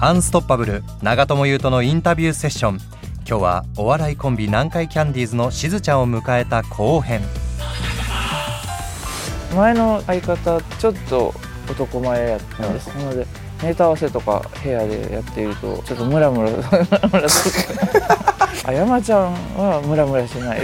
アンストッパブル長友佑都のインタビューセッション。今日はお笑いコンビ南海キャンディーズのしずちゃんを迎えた後編。 前の相方ちょっと男前やったんです、なのでネタ合わせとか部屋でやっているとちょっとムラムラ山ちゃんはムラムラしない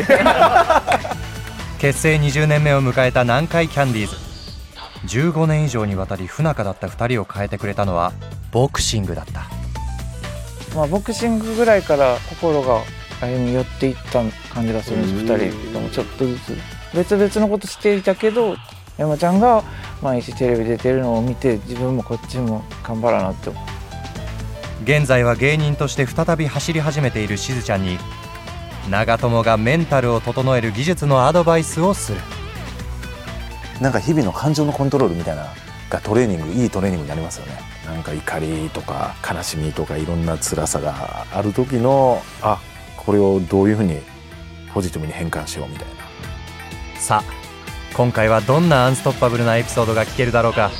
結成20年目を迎えた南海キャンディーズ。15年以上にわたり不仲だった2人を変えてくれたのはボクシングだった。 ボクシングぐらいから心が歩み寄っていった感じがするんです。2人ともちょっとずつ別々のことしていたけど、山ちゃんが毎日テレビ出てるのを見て自分もこっちも頑張らなって。 現在は芸人として再び走り始めているしずちゃんに長友がメンタルを整える技術のアドバイスをする。 なんか日々の感情のコントロールみたいながトレーニング、いいトレーニングになりますよね。なんか怒りとか悲しみとかいろんな辛さがある時のこれをどういうふうにポジティブに変換しようみたいな。 さあ今回はどんなアンストッパブルなエピソードが聞けるだろうか。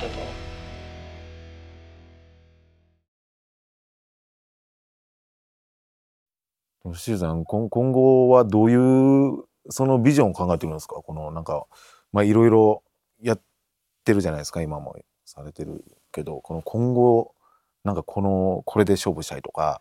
しずさん、今後はどういうそのビジョンを考えてるんですか？このなんかいろいろやってるじゃないですか。今もされてるけど、この今後なんかこれで勝負したいとか。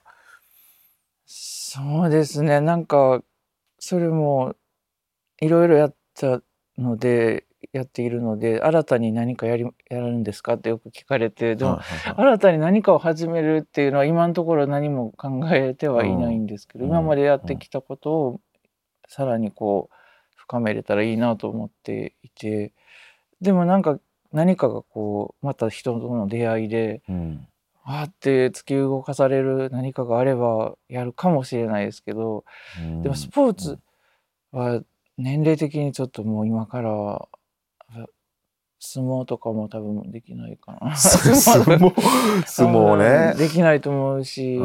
そうですね、なんかそれもいろいろやっているので、新たに何かやるんですかってよく聞かれて、でも、新たに何かを始めるっていうのは今のところ何も考えてはいないんですけど、今までやってきたことをさらに深めれたらいいなと思っていて、でも何かがまた人との出会いで、って突き動かされる何かがあればやるかもしれないですけど、でもスポーツは年齢的にちょっともう今から相撲とかも多分できないかな相撲ね、 できないと思うし、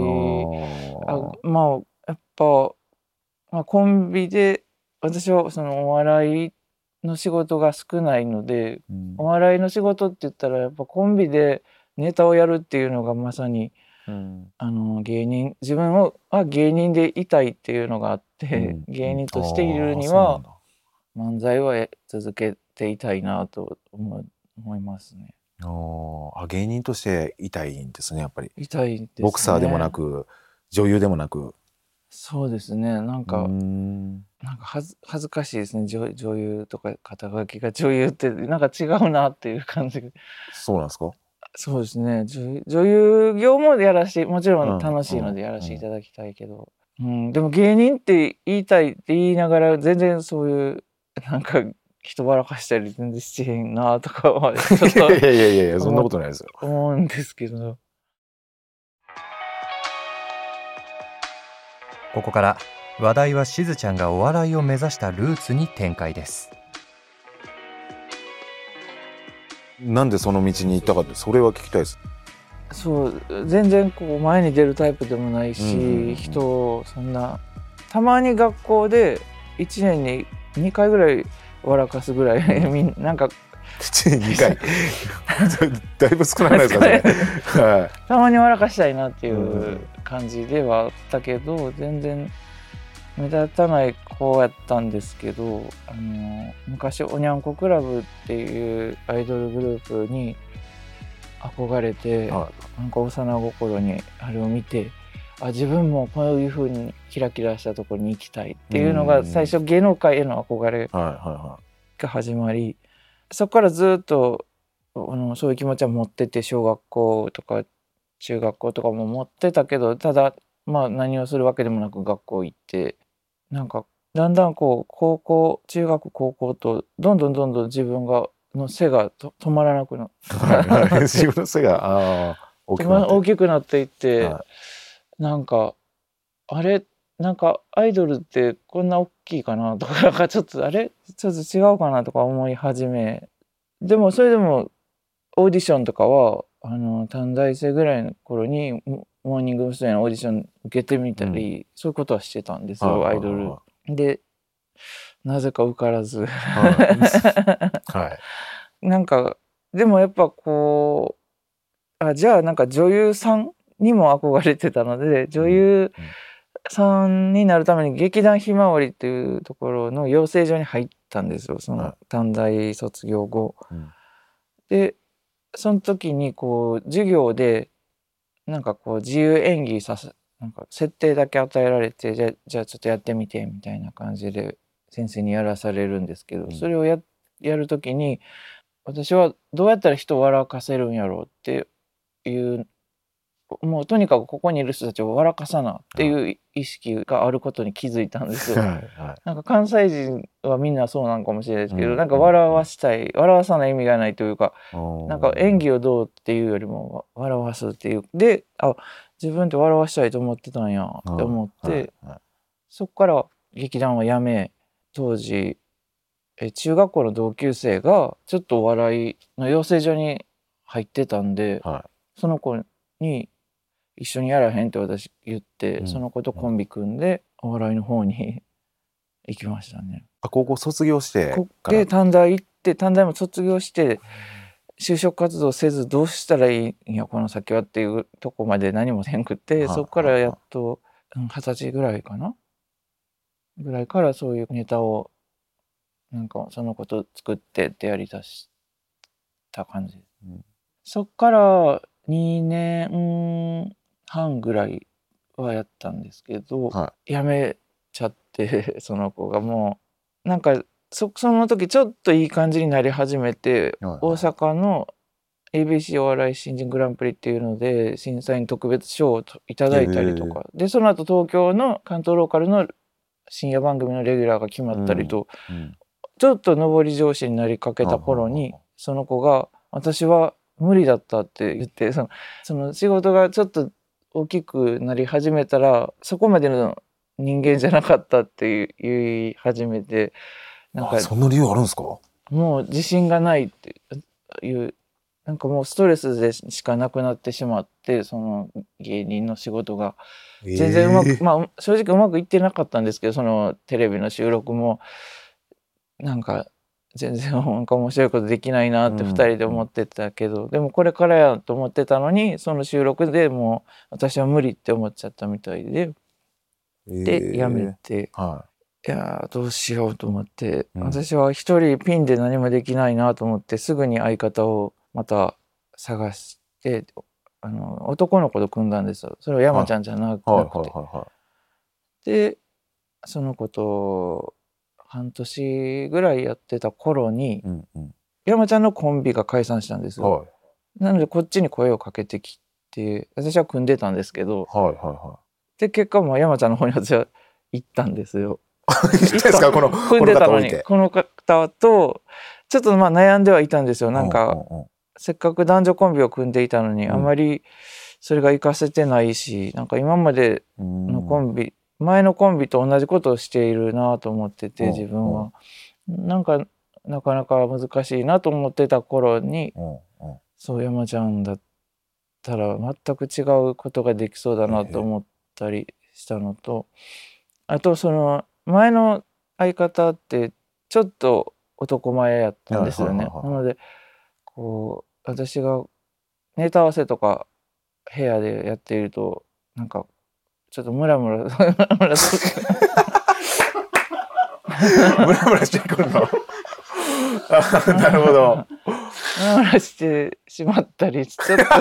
やっぱ、コンビで私はそのお笑いの仕事が少ないので、お笑いの仕事って言ったらやっぱコンビでネタをやるっていうのがまさに、自分は芸人でいたいっていうのがあって、芸人としているには漫才は続けていたいなと思いますね。 芸人としていたいんですね。やっぱりいたいですね。 ボクサーでもなく女優でもなく。 そうですね、なんか恥ずかしいですね。女優とか肩書きが女優ってなんか違うなっていう感じ。 そうなんですか？そうですね、女優業ももちろん楽しいのでやらせていただきたいけど、でも芸人って言いたいって言いながら全然そういうなんか人ばらかしたり全然しへんなとかはちょっといやそんなことないですよ。 思うんですけど。 ここから話題はしずちゃんがお笑いを目指したルーツに展開です。 なんでその道に行ったかって、それは聞きたいです。 全然前に出るタイプでもないし、人をそんなたまに学校で1年に2回ぐらい笑かすぐらいなんか 1年2回だいぶ少なくないですかねたまに笑かしたいなっていう感じではあったけど、全然目立たない子やったんですけど、昔おにゃんこクラブっていうアイドルグループに憧れて、なんか幼心にあれを見て、自分もこういう風にキラキラしたところに行きたいっていうのが最初芸能界への憧れが始まり、そこからずっとそういう気持ちは持ってて、小学校とか中学校とかも持ってたけど、ただ何をするわけでもなく学校行って、なんかだんだん中学高校とどんどん自分の背が止まらなくなって自分の背が大きくなっていって、なんかなんかアイドルってこんな大きいかなとか、なんかちょっと違うかなとか思い始め、でもそれでもオーディションとかは短大生ぐらいの頃にモーニング娘。のオーディション受けてみたり、そういうことはしてたんですよ、アイドルで。なぜか受からずなんかでもやっぱじゃあなんか女優さんにも憧れてたので、女優さんになるために劇団ひまわりっていうところの養成所に入ったんですよ、その短大卒業後。でその時にこう授業でなんかこう自由演技なんか設定だけ与えられて、じゃあちょっとやってみてみたいな感じで先生にやらされるんですけど、それをやる時に私はどうやったら人を笑かせるんやろうっていう、もうとにかくここにいる人たちを笑かさなっていう意識があることに気づいたんですよ。なんか関西人はみんなそうなんかもしれないですけど、なんか笑わさない意味がないというか、なんか演技をどうっていうよりも笑わすっていう。で、自分って笑わしたいと思ってたんやって思って、そこから劇団を辞め、当時中学校の同級生がちょっとお笑いの養成所に入ってたんで、その子に一緒にやらへんって私言って、その子とコンビ組んでお笑いの方に行きましたね。 高校卒業してで短大行って、短大も卒業して就職活動せずどうしたらいいんやこの先はっていうとこまで何もせんくって、そこからやっと20歳ぐらいかなぐらいからそういうネタをなんかそのこと作ってってやりだした感じ。そっから2年半ぐらいはやったんですけど、辞めちゃってその子がもうなんかその時ちょっといい感じになり始めて、大阪の ABC お笑い新人グランプリっていうので審査員特別賞をいただいたりとか、でその後東京の関東ローカルの深夜番組のレギュラーが決まったりと、ちょっと上り調子になりかけた頃にその子が「私は無理だった」って言って、その仕事がちょっと大きくなり始めたらそこまでの人間じゃなかったって言い始めて、なんかそんな理由あるんですか？ もう自信がないっていう、なんかもうストレスでしかなくなってしまって、その芸人の仕事が全然うまく、正直うまくいってなかったんですけど、そのテレビの収録もなんか全然なんか面白いことできないなって2人で思ってたけど、でもこれからやと思ってたのに、その収録でもう私は無理って思っちゃったみたいで、でやめて、いやどうしようと思って、私は一人ピンで何もできないなと思って、すぐに相方をまた探して男の子と組んだんですよ。それは山ちゃんじゃなくて、でその子と半年ぐらいやってた頃に、山ちゃんのコンビが解散したんですよ。なのでこっちに声をかけてきて、私は組んでたんですけど、で結果も山ちゃんの方に私は行ったんですよ。組んでたのにこの方とちょっと悩んではいたんですよ。なんかせっかく男女コンビを組んでいたのに、あまりそれが活かせてないし、なんか今までのコンビ、前のコンビと同じことをしているなと思ってて、自分はなんかなかなか難しいなと思ってた頃に、そう山ちゃんだったら全く違うことができそうだなと思ったりしたのと、あとその前の相方ってちょっと男前やったんですよね。なのでこう私がネタ合わせとか部屋でやっていると、なんかちょっとムラムラムラしてくるのなるほど。 ムラムラしてしまったり、ちょっと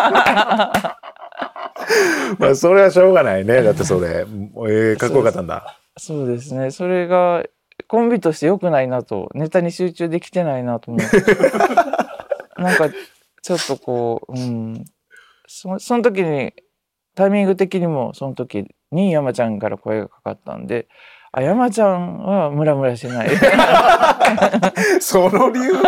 それはしょうがないね。だってそれかっこよかったんだ。 そうですね。それがコンビとして良くないなと、ネタに集中できてないなと思ってなんかちょっとこう、その時にタイミング的にもその時に山ちゃんから声がかかったんで、山ちゃんはムラムラしないその理由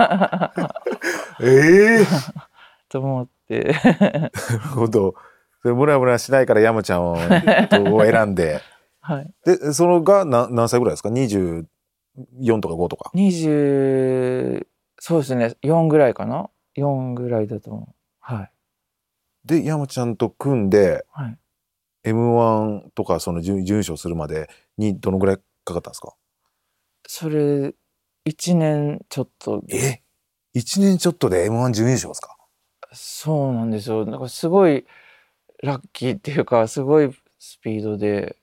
と思ってなるほど。ムラムラしないから山ちゃんを選んででそのが何歳ぐらいですか？24とか5とか 20、そうですね、4ぐらいかな、4ぐらいだと思う。 で山ちゃんと組んで、M1 とかその準優勝するまでにどのぐらいかかったんですか？ それ1年ちょっと。 1年ちょっとで M1 準優勝ですか？ そうなんですよ。なんかすごいラッキーっていうかすごいスピードで、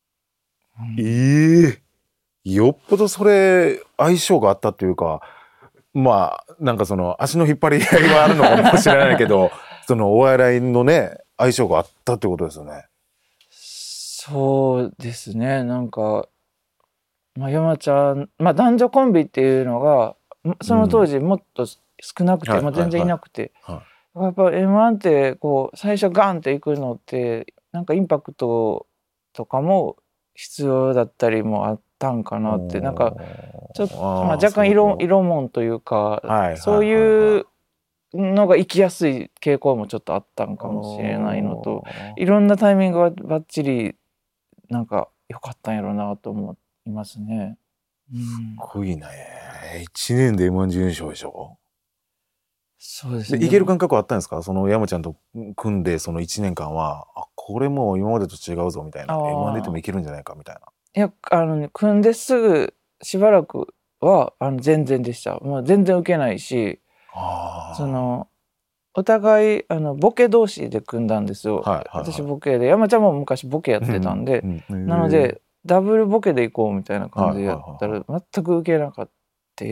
よっぽどそれ相性があったっていうか、まあなんかその足の引っ張り合いはあるのかもしれないけどそのお笑いのね相性があったってことですよね。 そうですね。なんか、山ちゃん、男女コンビっていうのがその当時もっと少なくて、全然いなくて、やっぱ M1 ってこう最初ガンっていくのってなんかインパクトとかも必要だったりもあったんかなって、なんかちょっと、若干色もんというか、そういうのが生きやすい傾向もちょっとあったんかもしれないのと、いろんなタイミングがバッチリなんか良かったんやろうなと思いますね。 すごいね。1年で M1 準優勝でしょ。 そうですね。 いける感覚はあったんですか？その山ちゃんと組んでその1年間はこれもう今までと違うぞみたいな、M1 出てもいけるんじゃないかみたいな。 いや組んですぐしばらくは全然でした。もう全然受けないし、そのお互いボケ同士で組んだんですよ。私ボケで、山ちゃんも昔ボケやってたんで、なのでダブルボケでいこうみたいな感じでやったら全く受けなかった。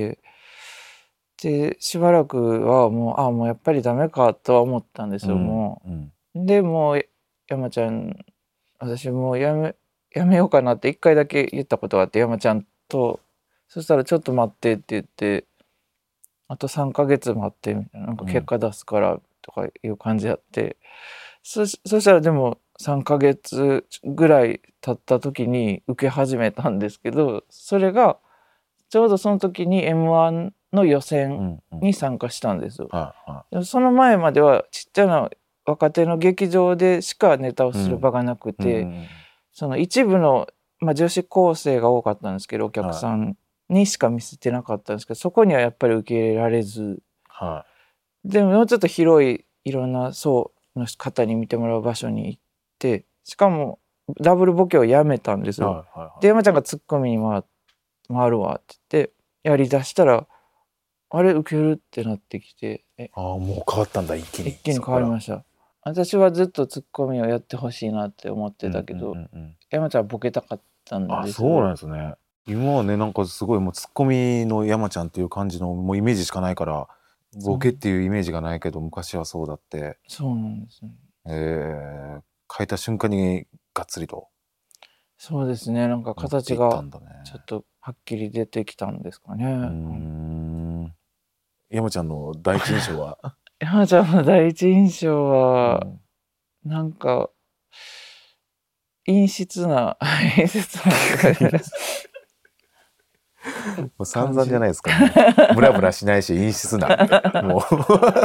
でしばらくはもうやっぱりダメかとは思ったんですよ。でもう山ちゃん、私もうやめようかなって1回だけ言ったことがあって、山ちゃんと、そしたらちょっと待ってって言って、あと3ヶ月待ってみたいな、なんか結果出すからとかいう感じやって、そしたらでも3ヶ月ぐらい経った時に受け始めたんですけど、それがちょうどその時に M1 の予選に参加したんですよ。その前まではちっちゃな若手の劇場でしかネタをする場がなくて、その一部の、女子高生が多かったんですけど、お客さんにしか見せてなかったんですけど、そこにはやっぱり受け入れられず、でももうちょっと広いいろんな層の方に見てもらう場所に行って、しかもダブルボケをやめたんですよ。で山ちゃんがツッコミに回るわって言ってやりだしたら、あれ受けるってなってきて、 もう変わったんだ。一気に変わりました。私はずっとツッコミをやってほしいなって思ってたけど、山ちゃんはボケたかったんですよ。 そうなんですね。今はね、なんかすごいもうツッコミの山ちゃんっていう感じのもうイメージしかないから、ボケっていうイメージがないけど、昔はそうだって。 そうなんですね。 変えた瞬間にがっつりと。 そうですね。なんか形がちょっとはっきり出てきたんですかね。 山ちゃんの第一印象は山ちゃんの第一印象は、なんか陰湿なもう散々じゃないですか、ね。ブラブラしないし陰湿な。もう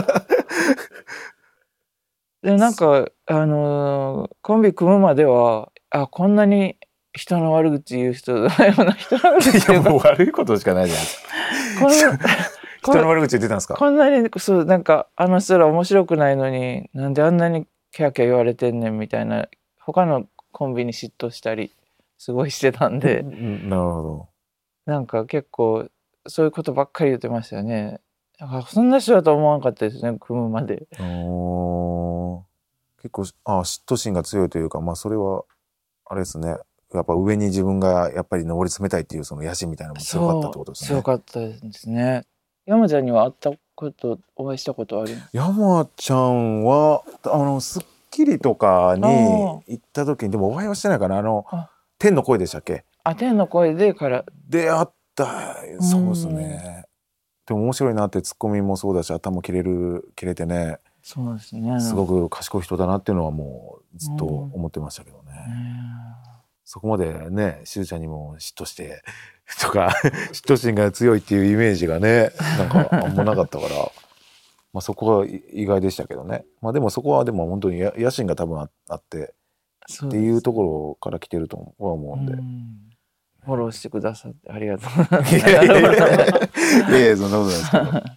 でなんかコンビ組むまではこんなに人の悪口言う人だような人の悪口っていうかもう悪いことしかないじゃないですか。人の悪口言ってたんですか？ こんなになんか人ら面白くないのになんであんなにキャーキャー言われてんねんみたいな、他のコンビに嫉妬したりすごいしてたんで、 なるほど。 なんか結構そういうことばっかり言ってましたよね。そんな人だと思わなかったですね、組むまで。 結構嫉妬心が強いというか、それはあれですね。やっぱ上に自分がやっぱり上り詰めたいっていうその野心みたいなのも強かったってことですね。 強かったですね。山ちゃんにはお会いしたことあります？ 山ちゃんはスッキリとかに行った時に、でもお会いはしてないかな。天の声でしたっけ？ 天の声でから出会った。そうですね。でも面白いなって、ツッコミもそうだし頭切れてね。 そうですね。 すごく賢い人だなっていうのはもうずっと思ってましたけどね。そこまでね、しずちゃんにも嫉妬してとか嫉妬心が強いっていうイメージがね、なんかあんまなかったからそこは意外でしたけどね。でもそこはでも本当に野心が多分あってっていうところから来てるとは思うんで。 フォローしてくださってありがとうございます。 いやそんなことないですけど。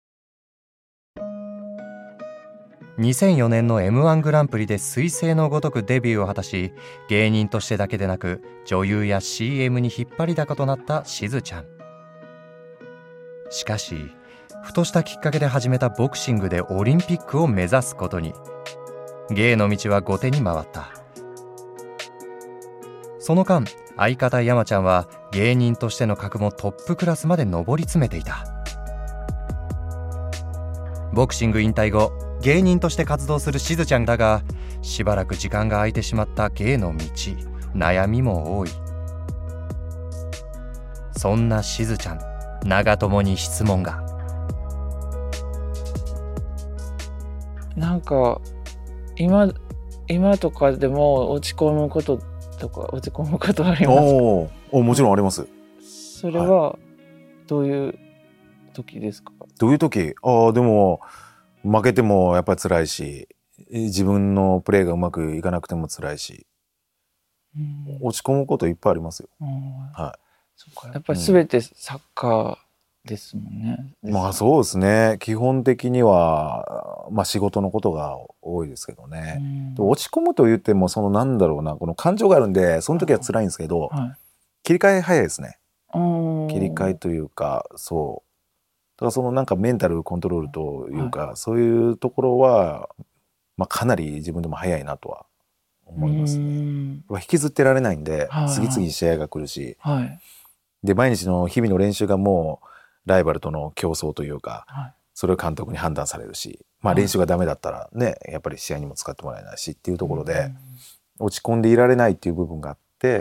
2004年の M1 グランプリで彗星のごとくデビューを果たし、芸人としてだけでなく女優や CM に引っ張りだことなったしずちゃん。しかしふとしたきっかけで始めたボクシングでオリンピックを目指すことに。 芸の道は後手に回った。その間、相方山ちゃんは芸人としての格もトップクラスまで上り詰めていた。ボクシング引退後、芸人として活動するしずちゃんだが、しばらく時間が空いてしまった芸の道、悩みも多い。そんなしずちゃん、長友に質問が。 なんか今とかでも落ち込むことありますか？ もちろんあります。 それはどういう時ですか？ どういう時？でも負けてもやっぱり辛いし、自分のプレーがうまくいかなくても辛いし、落ち込むこといっぱいありますよ。はい。 そうか、やっぱり全てサッカーですもんね。 まあそうですね。基本的には仕事のことが多いですけどね。落ち込むと言ってもなんだろうな、この感情があるんで、その時は辛いんですけど、切り替え早いですね。切り替えというか、そう。だからなんかメンタルコントロールというか、そういうところはかなり自分でも早いなとは思いますね。引きずってられないんで、次々試合が来るし、で毎日の日々の練習がもうライバルとの競争というか、それを監督に判断されるし、練習がダメだったらね、やっぱり試合にも使ってもらえないしっていうところで、落ち込んでいられないっていう部分があって、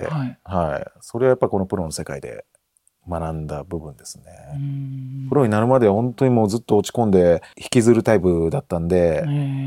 それはやっぱこのプロの世界で学んだ部分ですね。プロになるまでは本当にもうずっと落ち込んで引きずるタイプだったんで、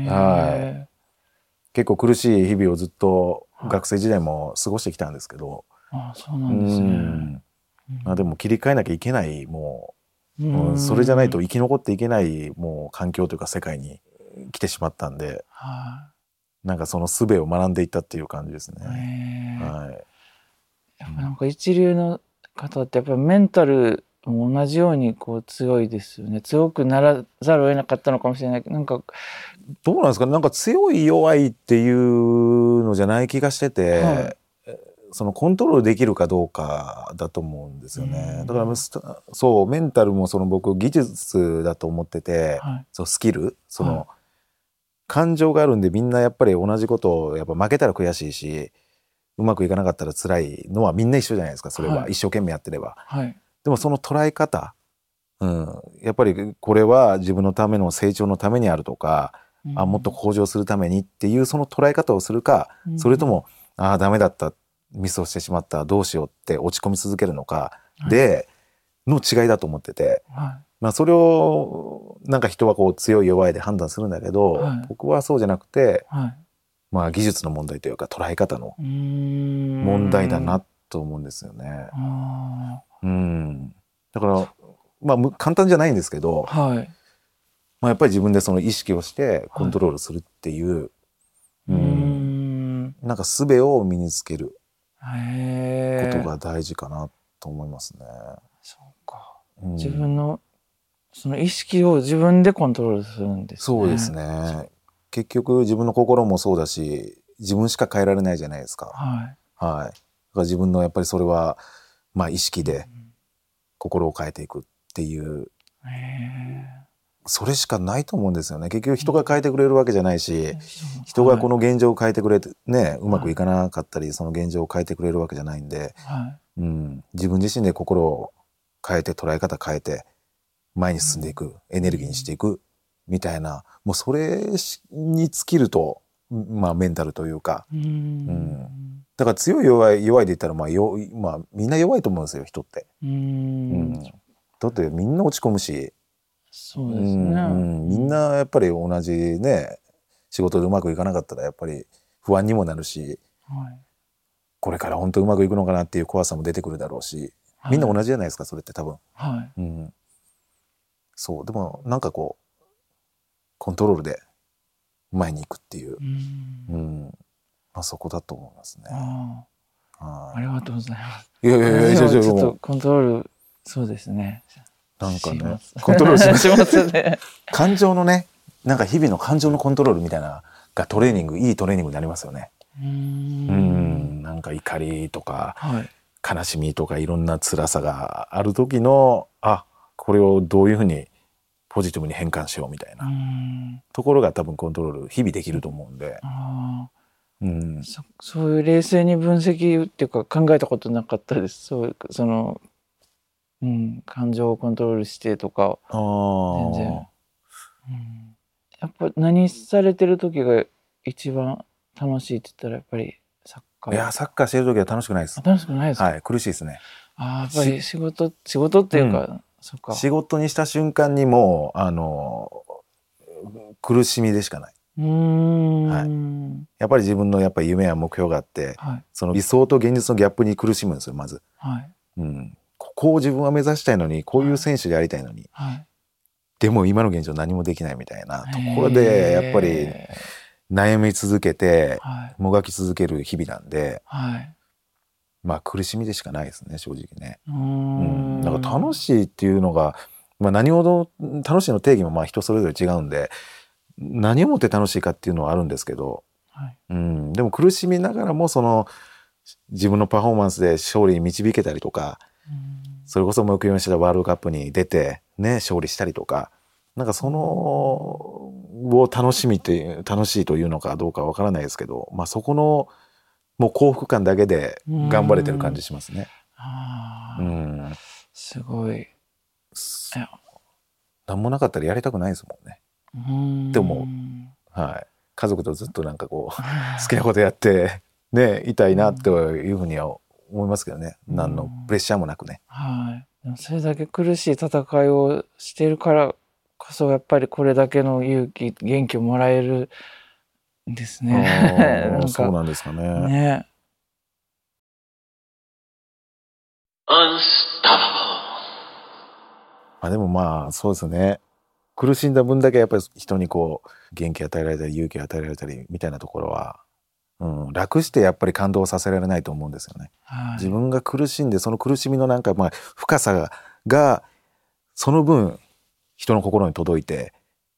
結構苦しい日々をずっと学生時代も過ごしてきたんですけど、 そうなんですね。 でも切り替えなきゃいけない、それじゃないと生き残っていけない環境というか世界に来てしまったんで、なんかその術を学んでいったっていう感じですね。 やっぱなんか一流の方ってやっぱりメンタルも同じように強いですよね。強くならざるを得なかったのかもしれないけど、なんかどうなんですかね。なんか強い弱いっていうのじゃない気がしてて、コントロールできるかどうかだと思うんですよね。だからそうメンタルも僕技術だと思ってて、スキル、感情があるんで、みんなやっぱり同じことをやっぱ負けたら悔しいし、うまくいかなかったら辛いのはみんな一緒じゃないですか。それは一生懸命やってれば。でもその捉え方、やっぱりこれは自分のための成長のためにあるとか、もっと向上するためにっていうその捉え方をするか、それともダメだった、ミスをしてしまった、どうしようって落ち込み続けるのかでの違いだと思ってて、それをなんか人は強い弱いで判断するんだけど、僕はそうじゃなくて、技術の問題というか捉え方の問題だなと思うんですよね。だから簡単じゃないんですけど、やっぱり自分でその意識をしてコントロールするっていう、なんか術を身につけることが大事かなと思いますね。 そうか。自分のその意識を自分でコントロールするんですね。 そうですね。結局自分の心もそうだし、自分しか変えられないじゃないですか。だから自分のやっぱりそれは意識で心を変えていくっていう。それしかないと思うんですよね。結局人が変えてくれるわけじゃないし、人がこの現状を変えてくれてね、うまくいかなかったり、その現状を変えてくれるわけじゃないんで、自分自身で心を変えて、捉え方変えて前に進んでいく、エネルギーにしていくみたいな、もうそれに尽きるとメンタルというか、だから強い弱いで言ったらみんな弱いと思うんですよ、人って。だってみんな落ち込むし。 そうですね。 みんなやっぱり同じね、仕事でうまくいかなかったらやっぱり不安にもなるし、これから本当うまくいくのかなっていう怖さも出てくるだろうし、みんな同じじゃないですか、それって多分。そう、でもなんかコントロールで前に行くっていう、そこだと思いますね。 ありがとうございます。 いやちょっとコントロール、そうですね。 なんかね、コントロールしますね。感情のね、なんか日々の感情のコントロールみたいながいいトレーニングになりますよね。なんか怒りとか、悲しみとかいろんな辛さがある時の、これをどういうふうにポポジティブに変換しようみたいなところが多分コントロール日々できると思うんで、 そういう冷静に分析っていうか考えたことなかったです。その、感情をコントロールしてとか全然、やっぱ何されてる時が一番楽しいって言ったらやっぱりサッカー。 いやサッカーしてる時は楽しくないです。 楽しくないですか？ はい、苦しいですね。 やっぱり仕事っていうか、そっか。 仕事にした瞬間にもう苦しみでしかない。やっぱり自分のやっぱり夢や目標があって、その理想と現実のギャップに苦しむんですよまず。ここを自分は目指したいのに、こういう選手でありたいのに、でも今の現状何もできないみたいなところでやっぱり悩み続けてもがき続ける日々なんで、まあ苦しみでしかないですね正直ね。なんか楽しいっていうのが、何ほど楽しいの定義も人それぞれ違うんで、何をもって楽しいかっていうのはあるんですけど、でも苦しみながらもその自分のパフォーマンスで勝利に導けたりとか、それこそ目標にしてたワールドカップに出てね勝利したりとか、なんかそのを楽しいというのかどうかわからないですけど、そこのもう幸福感だけで頑張れてる感じしますね。 すごい。 何もなかったらやりたくないですもんね。でも家族とずっとなんかこう好きなことやってねいたいなっていうふうには思いますけどね。何のプレッシャーもなくね。 でもそれだけ苦しい戦いをしているからこそやっぱりこれだけの勇気元気をもらえるんですね。 そうなんですかね。でもそうですね。苦しんだ分だけやっぱり人にこう元気与えられたり勇気与えられたりみたいなところは、楽してやっぱり感動させられないと思うんですよね。自分が苦しんでその苦しみのなんか深さがその分人の心に届いて、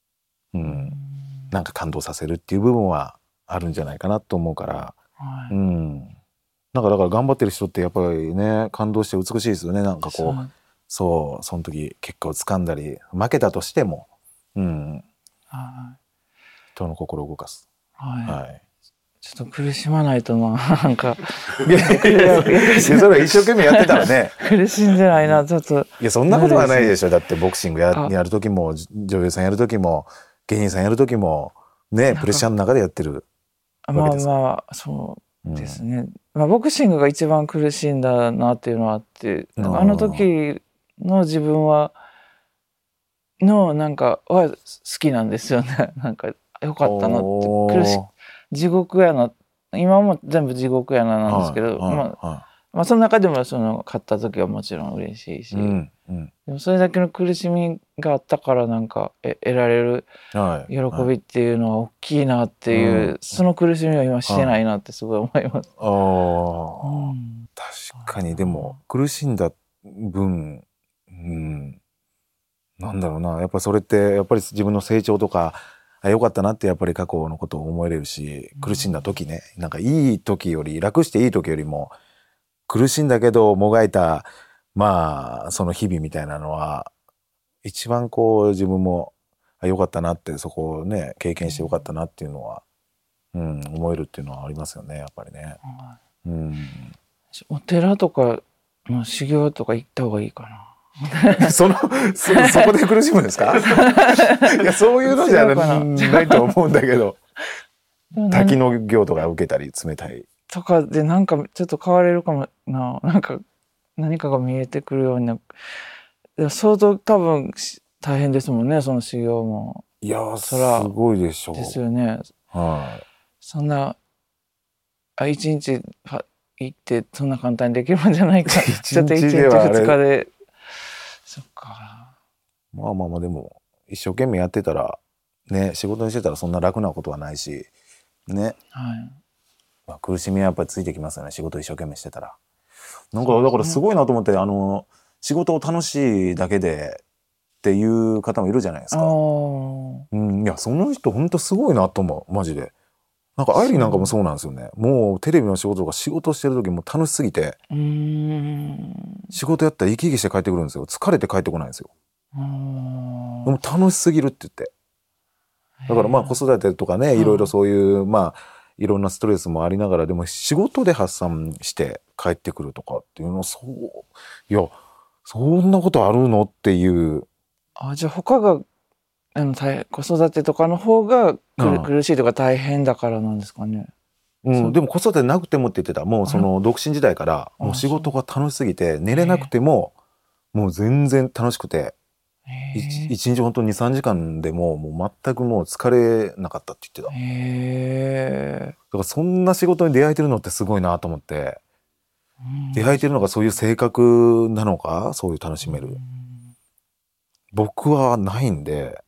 なんか感動させるっていう部分はあるんじゃないかなと思うから、だから頑張ってる人ってやっぱりね感動して美しいですよね。なんかこうその時結果をつかんだり負けたとしても、人の心を動かす。 ちょっと苦しまないとなんかそれは一生懸命やってたらね苦しんでないなちょっと。 いやそんなことはないでしょ。だってボクシングやる時も女優さんやる時も芸人さんやる時もねプレッシャーの中でやってるわけですから。 そうですね。ボクシングが一番苦しんだなっていうのはあって、あの時の自分なんかは好きなんですよね。なんかよかったなって地獄やな、今も全部地獄やななんですけど、その中でも勝った時はもちろん嬉しいし、でもそれだけの苦しみがあったからなんか得られる喜びっていうのは大きいなっていう、その苦しみは今してないなってすごい思います。 確かにでも苦しんだ分、なんだろうな、やっぱそれってやっぱり自分の成長とか良かったなってやっぱり過去のことを思えれるし、苦しんだ時ね、なんかいい時より楽していい時よりも苦しんだけどもがいたその日々みたいなのは一番こう自分も良かったなって、そこをね経験して良かったなっていうのは、思えるっていうのはありますよねやっぱりね。 お寺とかの修行とか行った方がいいかな。 そこで苦しむんですか？いやそういうのじゃないと思うんだけど滝の行とか受けたり冷たいとかでなんかちょっと変われるかもな。なんか何かが見えてくるような。相当多分大変ですもんねその修行も。 いやすごいでしょう。 ですよね。そんな一日行ってそんな簡単にできるもんじゃないか。ちょっと1日2日で。そっか。 でも一生懸命やってたらね、仕事にしてたらそんな楽なことはないしね。苦しみはやっぱりついてきますよね、仕事一生懸命してたら。なんかだからすごいなと思って、仕事を楽しいだけでっていう方もいるじゃないですか。いやその人ほんとすごいなと思うマジで。なんかアイリーなんかもそうなんですよね。もうテレビの仕事とか仕事してる時も楽しすぎて、仕事やったら生き生きして帰ってくるんですよ。疲れて帰ってこないんですよ。 でも楽しすぎるって言って。だからまあ子育てとかね、いろいろそういうまあいろんなストレスもありながらでも仕事で発散して帰ってくるとかっていうのいやそんなことあるのっていう。 じゃあ他が子育てとかの方が苦しいとか大変だからなんですかね。 でも子育てなくてもって言ってた。もうその独身時代からもう仕事が楽しすぎて寝れなくてももう全然楽しくて一日本当に 2,3 時間でもう全くもう疲れなかったって言ってた。だからそんな仕事に出会えてるのってすごいなと思って。出会えてるのがそういう性格なのか、そういう楽しめる。僕はないんで、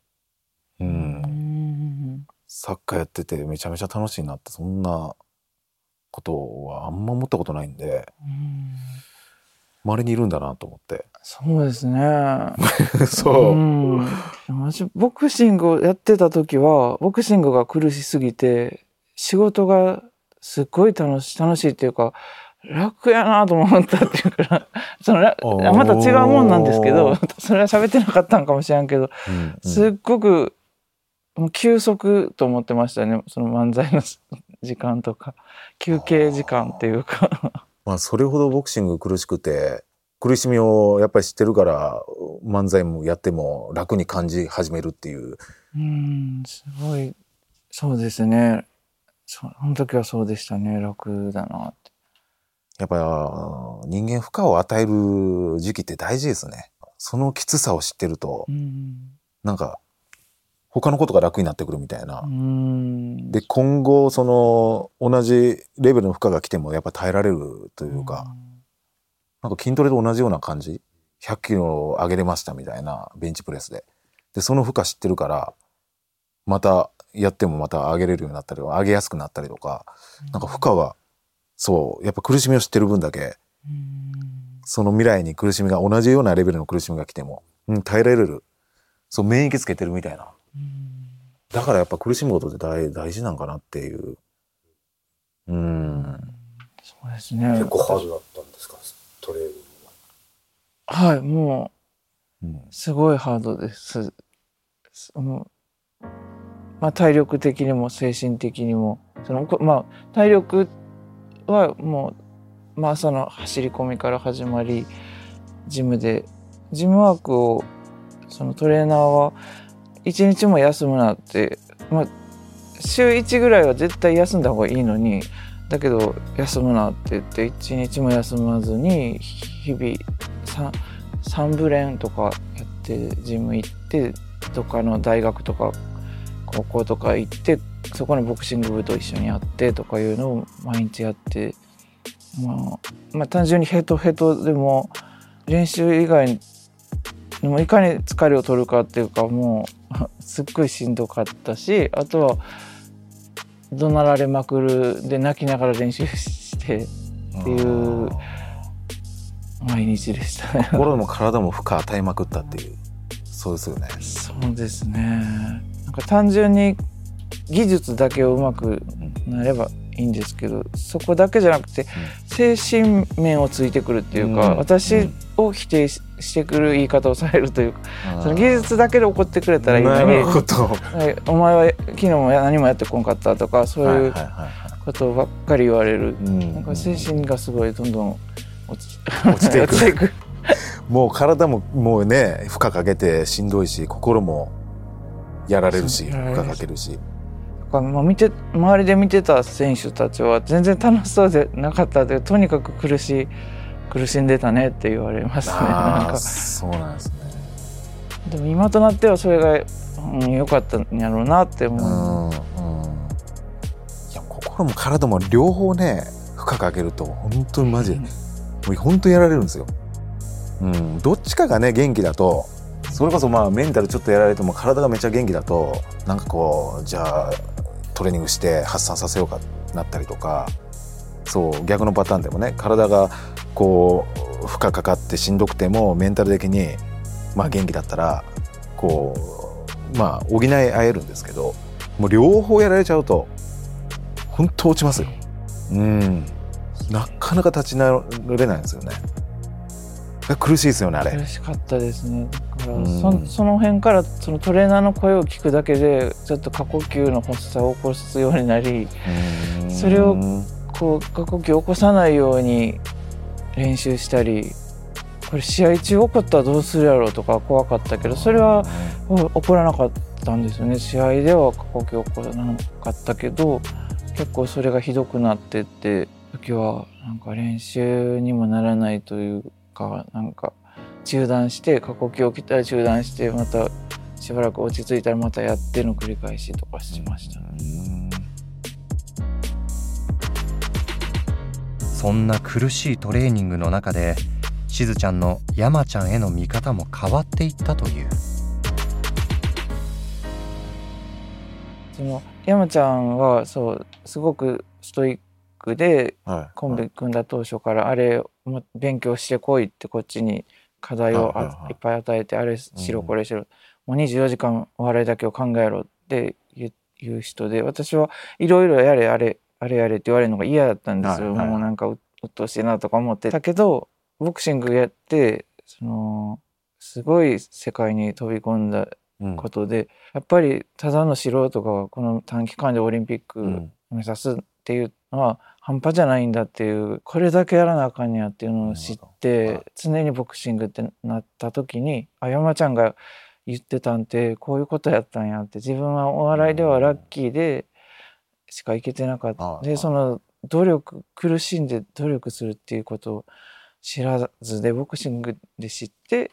サッカーやっててめちゃめちゃ楽しいなってそんなことはあんま思ったことないんで、稀にいるんだなと思って。 そうですね。 そう。 私ボクシングをやってた時はボクシングが苦しすぎて仕事がすっごい楽しいっていうか楽やなと思ったっていうかまた違うもんなんですけどそれは喋ってなかったんかもしれんけど、すっごくもう休息と思ってましたね。その漫才の時間とか休憩時間っていうかまあそれほどボクシング苦しくて苦しみをやっぱり知ってるから漫才もやっても楽に感じ始めるっていう。 すごいそうですね。その時はそうでしたね。楽だなって。 やっぱ人間負荷を与える時期って大事ですね。そのきつさを知ってると、なんか他のことが楽になってくるみたいな。で今後その同じレベルの負荷が来てもやっぱ耐えられるというか、なんか筋トレと同じような感じ。100キロ上げれましたみたいなベンチプレスで。でその負荷知ってるからまたやってもまた上げれるようになったり上げやすくなったりとか、なんか負荷がそうやっぱ苦しみを知ってる分だけ、その未来に苦しみが同じようなレベルの苦しみが来ても、耐えられる、そう免疫つけてるみたいな。だからやっぱ苦しむことって大事なんかなっていう。 そうですね。 結構ハードだったんですか、トレーニングは。はい、もうすごいハードです。まあ体力的にも精神的にもまあ体力はもう、朝の走り込みから始まりジムワークをそのトレーナーは一日も休むなって、週1ぐらいは絶対休んだ方がいいのにだけど休むなって言って一日も休まずに日々3部練とかやってジム行ってどっかの大学とか高校とか行ってそこのボクシング部と一緒にやってとかいうのを毎日やって、単純にヘトヘトでも練習以外にもいかに疲れを取るかっていうかもうすっごいしんどかったし、あとは怒鳴られまくるで泣きながら練習してっていう毎日でしたね。 心も体も負荷与えまくったっていう。そうですよね。 そうですね。なんか単純に技術だけをうまくなればいいんですけど、そこだけじゃなくて精神面をついてくるっていうか、私を否定してくる言い方をされるというか、その技術だけで怒ってくれたらいいのに、お前は昨日も何もやってこんかったとかそういうことばっかり言われる。なんか精神がすごいどんどん落ちていく。 もう体ももうね負荷かけてしんどいし、心もやられるし負荷かけるし。 周りで見てた選手たちは全然楽しそうでなかったで、とにかく苦しんでたねって言われますね。なんかそうなんですね。 でも今となってはそれが良かったんやろうなって思う。 いや心も体も両方ね負荷かけると本当にマジで、もう本当にやられるんですよ。どっちかがね元気だと、それこそメンタルちょっとやられても体がめちゃ元気だと、なんかこうじゃあトレーニングして発散させようかなったりとか、そう逆のパターンでもね体がこう負荷かかってしんどくてもメンタル的に元気だったらこう補い合えるんですけど、もう両方やられちゃうと本当落ちますよ。なかなか立ち直れないんですよね。苦しいですよねあれ。 苦しかったですね。 だからその辺からそのトレーナーの声を聞くだけでちょっと過呼吸の発作を起こすようになり、それをこう過呼吸を起こさないように練習したり、これ試合中起こったらどうするやろうとか怖かったけど、それは起こらなかったんですよね。試合では過呼吸起こらなかったけど、結構それがひどくなってって時はなんか練習にもならないというか、なんか中断して過呼吸起きたら中断してまたしばらく落ち着いたらまたやっての繰り返しとかしましたね。 そんな苦しいトレーニングの中でしずちゃんの山ちゃんへの見方も変わっていったという。 その山ちゃんはそうすごくストイックで、コンビ組んだ当初からあれ勉強してこいってこっちに課題をいっぱい与えて、あれしろこれしろ、もう24時間お笑いだけを考えろって言う人で、私はいろいろやれあれやれって言われるのが嫌だったんですよ。もうなんかうっとうしいなとか思ってたけど、ボクシングやってすごい世界に飛び込んだことで、やっぱりただの素人がこの短期間でオリンピック目指すっていうのは半端じゃないんだっていう、これだけやらなあかんやっていうのを知って、常にボクシングってなった時に、山ちゃんが言ってたんってこういうことやったんやって、自分はお笑いではラッキーでしかいけてなかった。でその苦しんで努力するっていうことを知らずでボクシングで知って、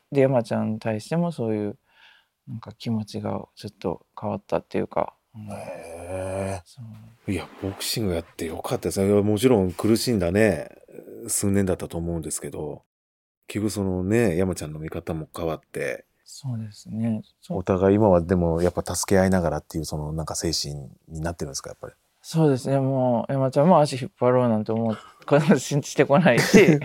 で山ちゃんに対してもそういうなんか気持ちがちょっと変わったっていうか。 いやボクシングやってよかったですね。もちろん苦しんだね数年だったと思うんですけど、結局そのね山ちゃんの見方も変わって。 そうですね。 お互い今はでもやっぱ助け合いながらっていうそのなんか精神になってるんですかやっぱり。 そうですね。もう山ちゃんも足引っ張ろうなんてしてこないし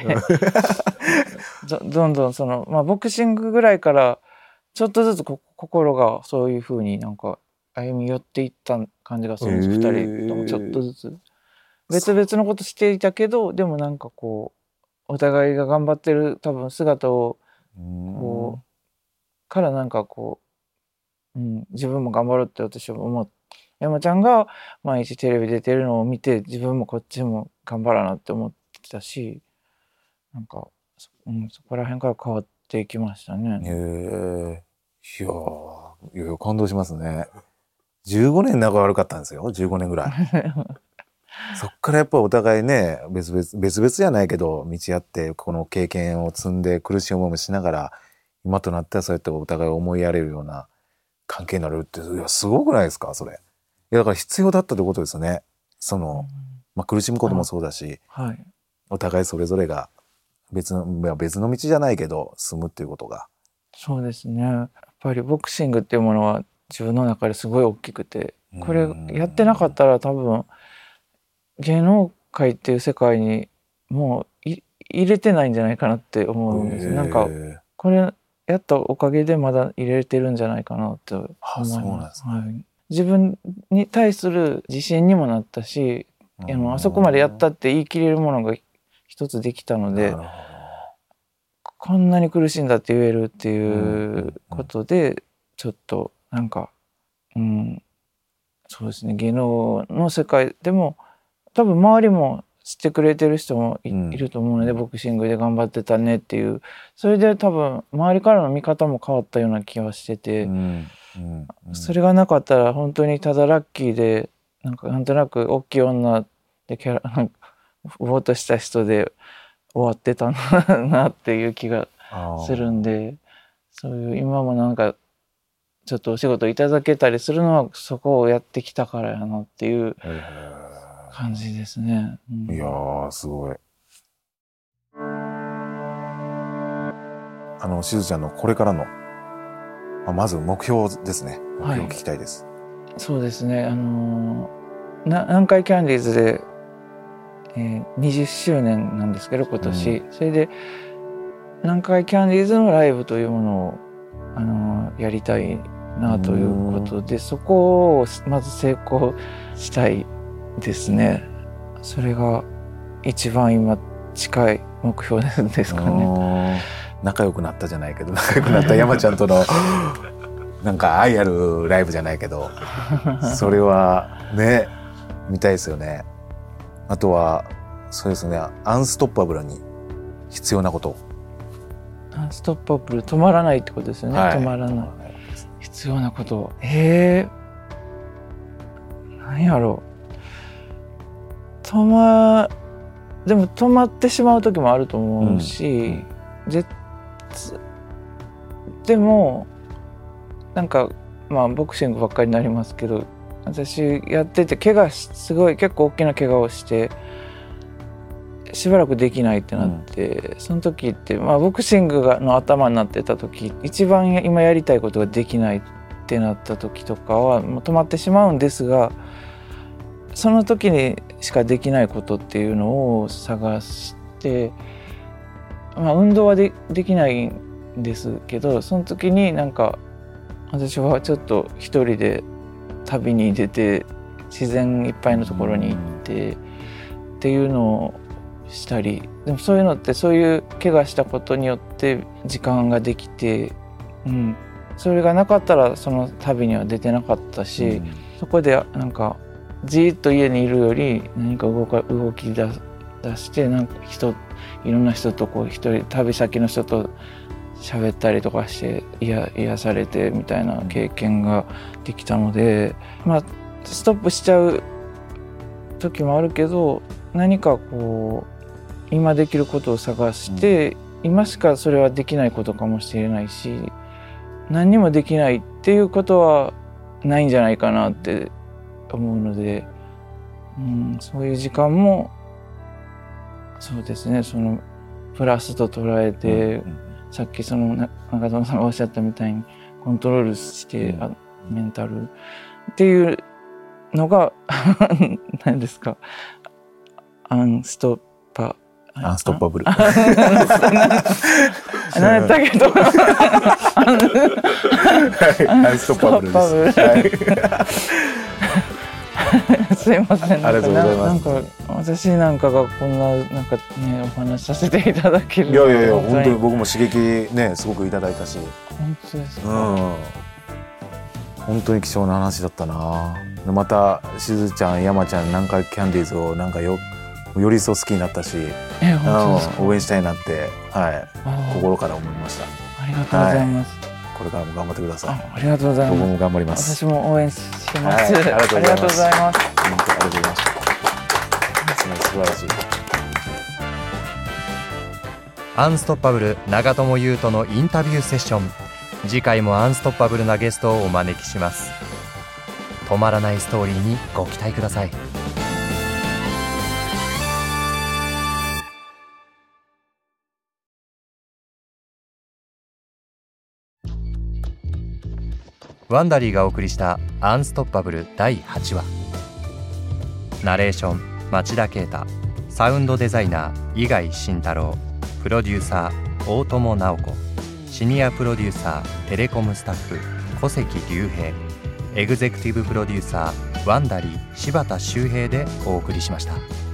どんどんボクシングぐらいからちょっとずつ心がそういう風になんか歩み寄っていった感じがするんです。2人ともちょっとずつ別々のことしていたけど、でもなんかこうお互いが頑張ってる多分姿をこうからなんかこう、自分も頑張ろうって私は思って、山ちゃんが毎日テレビ出てるのを見て自分もこっちも頑張らなって思ってたし、なんか、そこら辺から変わっていきましたね。 いや感動しますね。15年仲悪かったんですよ。15年ぐらいそっからやっぱお互いね別々じゃないけど道あってこの経験を積んで苦しい思いもしながら今となってはそうやってお互い思いやれるような関係になれるって、いやすごくないですかそれ。いやだから必要だったってことですね。苦しむこともそうだし、お互いそれぞれが別の道じゃないけど進むっていうことが。 そうですね。やっぱりボクシングっていうものは自分の中ですごい大きくて、これやってなかったら多分芸能界っていう世界にもう入れてないんじゃないかなって思うんです。なんかこれやったおかげでまだ入れてるんじゃないかなって思います。自分に対する自信にもなったし、あそこまでやったって言い切れるものが一つできたので、こんなに苦しんだって言えるっていうことでちょっとなんか、そうですね、芸能の世界でも多分周りも知ってくれてる人もいると思うので、ボクシングで頑張ってたねっていう、それで多分周りからの見方も変わったような気はしてて、それがなかったら本当にただラッキーでなんとなく大きい女でぼーっとした人で終わってたなっていう気がするんで、そういう今もなんかちょっとお仕事いただけたりするのはそこをやってきたからやなっていう感じですね。 いやーすごい。しずちゃんのこれからのまず目標ですね。目標を聞きたいです。 そうですね。南海キャンディーズで、20周年なんですけど今年、それで南海キャンディーズのライブというものをやりたいなということで、そこをまず成功したいですね。それが一番今近い目標ですかね。 仲良くなったじゃないけど仲良くなった山ちゃんとのなんか愛あるライブじゃないけどそれはね見たいですよね。あとはそうですね、アンストッパブルに必要なこと。 アンストッパブル、止まらないってことですよね、止まらない必要なこと。何やろう。でも止まってしまう時もあると思うし、でもなんかボクシングばっかりになりますけど、私やっててすごい結構大きな怪我をしてしばらくできないってなって、その時ってボクシングの頭になってた時、一番今やりたいことができないってなった時とかはもう止まってしまうんですが、その時にしかできないことっていうのを探して、運動はできないんですけど、その時になんか私はちょっと一人で旅に出て自然いっぱいのところに行ってっていうのをしたり、でもそういうのってそういう怪我したことによって時間ができて、それがなかったらその旅には出てなかったし、そこでなんかじーっと家にいるより何か動き出してなんかいろんな人と一人旅先の人と喋ったりとかして癒されてみたいな経験ができたので、ストップしちゃう時もあるけど、何か今できることを探して、今しかそれはできないことかもしれないし、何にもできないっていうことはないんじゃないかなって思うので、そういう時間もそうですね、そのプラスと捉えて、さっきその中園さんがおっしゃったみたいにコントロールして、メンタルっていうのが何ですか、アンストッパブル何やったけどアンストッパブルです。 すいません。 ありがとうございます。 なんか私なんかがこんななんかねお話しさせていただける。 いや本当に僕も刺激ねすごくいただいたし。 本当ですか。 本当に貴重な話だったな。またしずちゃん、山ちゃん、南海キャンディーズをなんかより一層好きになったし、応援したいなって心から思いました。 ありがとうございます。 これからも頑張ってください。 ありがとうございます。 僕も頑張ります。 私も応援します。ありがとうございます。 本当ありがとうございました。素晴らしい。 アンストッパブル長友佑都のインタビューセッション。次回もアンストッパブルなゲストをお招きします。止まらないストーリーにご期待ください。ワンダリーがお送りしたアンストッパブル第8話。ナレーション町田啓太、サウンドデザイナー伊貝慎太郎、プロデューサー大友直子、シニアプロデューサーテレコムスタッフ小関隆平、エグゼクティブプロデューサーワンダリー柴田修平でお送りしました。